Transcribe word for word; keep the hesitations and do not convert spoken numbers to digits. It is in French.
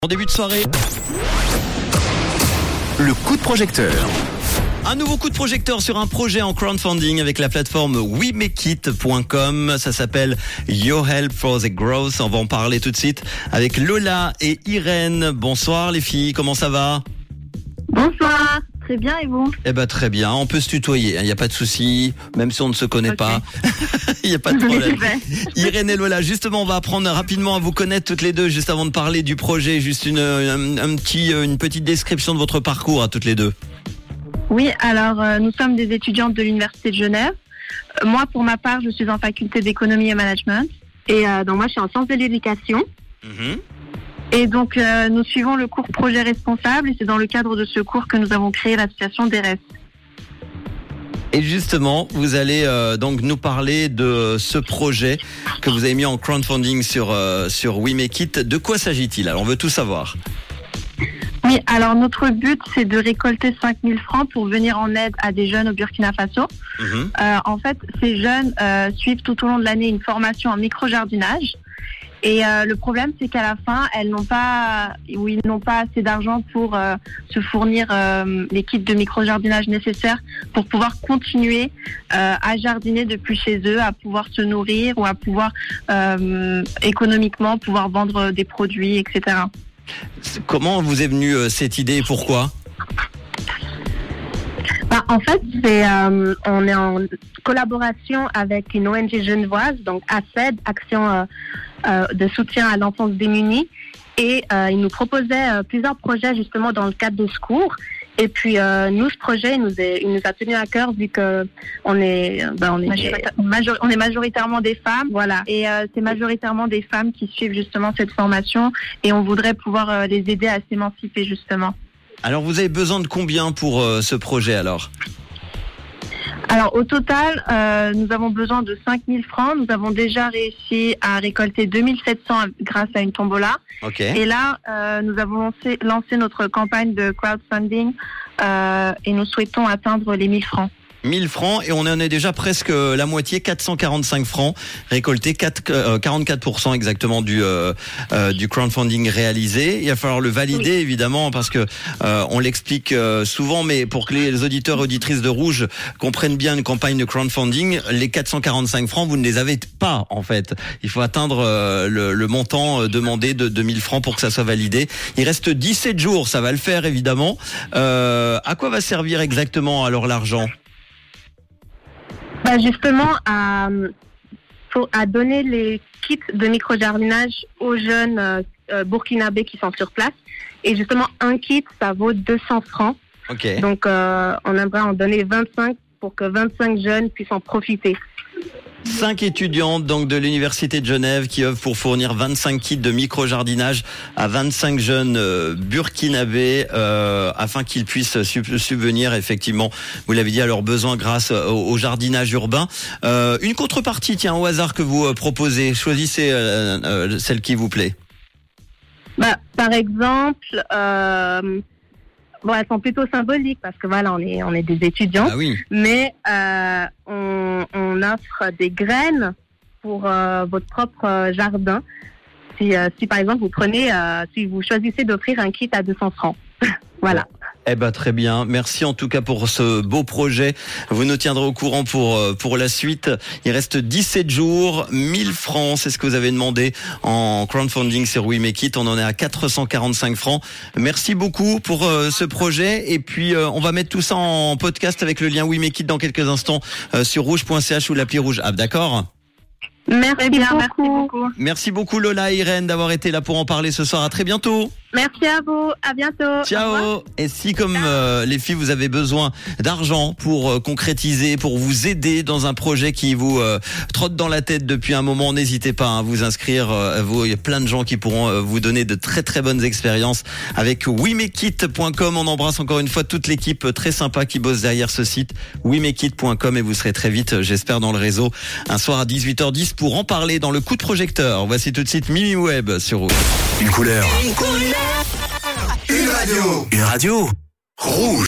En début de soirée, le coup de projecteur. Un nouveau coup de projecteur sur un projet en crowdfunding avec la plateforme we make it point com. Ça s'appelle Your Help for the Growth. On va en parler tout de suite avec Lola et Irène. Bonsoir les filles, comment ça va ? Bonsoir, très bien et vous ? Eh ben très bien, on peut se tutoyer, il n'y a pas de souci, même si on ne se connaît okay. pas, il n'y a pas de problème. Irène et Lola, justement, on va apprendre rapidement à vous connaître toutes les deux, juste avant de parler du projet, juste une, un, un petit, une petite description de votre parcours à toutes les deux. Oui, alors euh, nous sommes des étudiantes de l'Université de Genève. Euh, moi, pour ma part, je suis en faculté d'économie et management. Et euh, donc moi, je suis en sciences de l'éducation. Mmh. Et donc, euh, nous suivons le cours projet responsable et c'est dans le cadre de ce cours que nous avons créé l'association D R E S. Et justement, vous allez euh, donc nous parler de ce projet que vous avez mis en crowdfunding sur, euh, sur We Make It. De quoi s'agit-il ? Alors, on veut tout savoir. Oui, alors notre but, c'est de récolter cinq mille francs pour venir en aide à des jeunes au Burkina Faso. Mmh. Euh, en fait, ces jeunes euh, suivent tout au long de l'année une formation en micro-jardinage. Et euh, le problème, c'est qu'à la fin, elles n'ont pas, ou ils n'ont pas assez d'argent pour euh, se fournir euh, les kits de micro-jardinage nécessaires pour pouvoir continuer euh, à jardiner depuis chez eux, à pouvoir se nourrir ou à pouvoir euh, économiquement pouvoir vendre des produits, et cetera. Comment vous est venue euh, cette idée et pourquoi ? Bah, en fait, c'est, euh, on est en collaboration avec une O N G genevoise, donc A C E D, Action euh, euh, de soutien à l'enfance démunie. Et euh, ils nous proposaient euh, plusieurs projets justement dans le cadre de ce cours. Et puis euh, nous, ce projet, il nous, est, il nous a tenu à cœur vu que on est, ben, on est, majorita- major- on est majoritairement des femmes, voilà. Et euh, c'est majoritairement des femmes qui suivent justement cette formation. Et on voudrait pouvoir euh, les aider à s'émanciper justement. Alors, vous avez besoin de combien pour euh, ce projet, alors ? Alors, au total, euh, nous avons besoin de cinq mille francs. Nous avons déjà réussi à récolter deux mille sept cents grâce à une tombola. Okay. Et là, euh, nous avons lancé, lancé notre campagne de crowdfunding euh, et nous souhaitons atteindre les mille francs. mille francs et on en est déjà presque la moitié, quatre cent quarante-cinq francs récoltés, quarante-quatre pour cent exactement du euh, euh, du crowdfunding réalisé. Il va falloir le valider oui. évidemment parce que euh, on l'explique euh, souvent, mais pour que les auditeurs et auditrices de Rouge comprennent bien une campagne de crowdfunding, les quatre cent quarante-cinq francs vous ne les avez pas en fait. Il faut atteindre euh, le, le montant demandé de deux mille francs pour que ça soit validé. Il reste dix-sept jours, ça va le faire évidemment. Euh, à quoi va servir exactement alors l'argent ? Bah justement, à, pour, à donner les kits de micro-jardinage aux jeunes euh, burkinabés qui sont sur place. Et justement, un kit, ça vaut deux cents francs. Okay. Donc, euh, on aimerait en donner vingt-cinq pour que vingt-cinq jeunes puissent en profiter. Cinq étudiantes donc de l'Université de Genève qui œuvrent pour fournir vingt-cinq kits de micro-jardinage à vingt-cinq jeunes euh, burkinabés euh, afin qu'ils puissent sub- subvenir effectivement, vous l'avez dit, à leurs besoins grâce au, au jardinage urbain. Euh, une contrepartie, tiens, au hasard que vous euh, proposez, choisissez euh, euh, celle qui vous plaît. Bah, par exemple... Euh... Bon, elles sont plutôt symboliques parce que voilà, on est on est des étudiants, ah oui. mais euh, on, on offre des graines pour euh, votre propre jardin. Si euh, si par exemple vous prenez, euh, si vous choisissez d'offrir un kit à deux cents francs, voilà. Eh ben très bien, merci en tout cas pour ce beau projet. Vous nous tiendrez au courant pour pour la suite. Il reste dix-sept jours, mille francs, c'est ce que vous avez demandé en crowdfunding sur We Make It. On en est à quatre cent quarante-cinq francs. Merci beaucoup pour euh, ce projet et puis euh, on va mettre tout ça en podcast avec le lien We Make It dans quelques instants euh, sur rouge point c h ou l'appli Rouge App, d'accord ? Merci bien, beaucoup. merci beaucoup. Merci beaucoup Lola et Irène d'avoir été là pour en parler ce soir. À très bientôt. Merci à vous, à bientôt. Ciao. Et si comme euh, les filles, vous avez besoin d'argent pour euh, concrétiser, pour vous aider dans un projet qui vous euh, trotte dans la tête depuis un moment, n'hésitez pas à vous inscrire. Euh, vous, il y a plein de gens qui pourront euh, vous donner de très très bonnes expériences avec we make it point com. On embrasse encore une fois toute l'équipe très sympa qui bosse derrière ce site we make it point com et vous serez très vite, j'espère, dans le réseau un soir à dix-huit heures dix pour en parler dans le coup de projecteur. Voici tout de suite Mimi Webb sur Rouge. Une couleur. Une couleur. Une radio. Une radio. Rouge.